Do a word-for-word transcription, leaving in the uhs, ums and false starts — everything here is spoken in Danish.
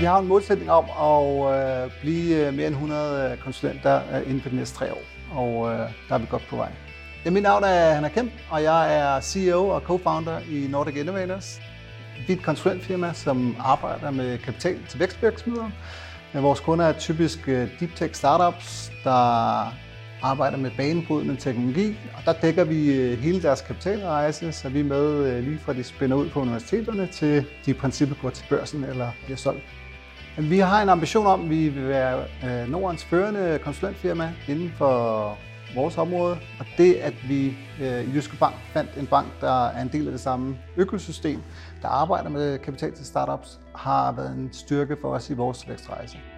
Vi har en målsætning om at øh, blive mere end hundrede konsulenter øh, inden for de næste tre år, og øh, der er vi godt på vej. Ja, mit navn er Hanna Kemp, og jeg er C E O og co-founder i Nordic Innovators. Vi er et konsulentfirma, som arbejder med kapital til vækstvirksomheder. Vores kunder er typisk deep tech startups, der arbejder med banebrydende teknologi, og der dækker vi hele deres kapitalrejse, så vi er med lige fra de spænder ud på universiteterne til de i princippet går til børsen eller bliver solgt. Vi har en ambition om, at vi vil være Nordens førende konsulentfirma inden for vores område, og det at vi i Jyske Bank fandt en bank, der er en del af det samme økosystem, der arbejder med kapital til startups, har været en styrke for os i vores vækstrejse.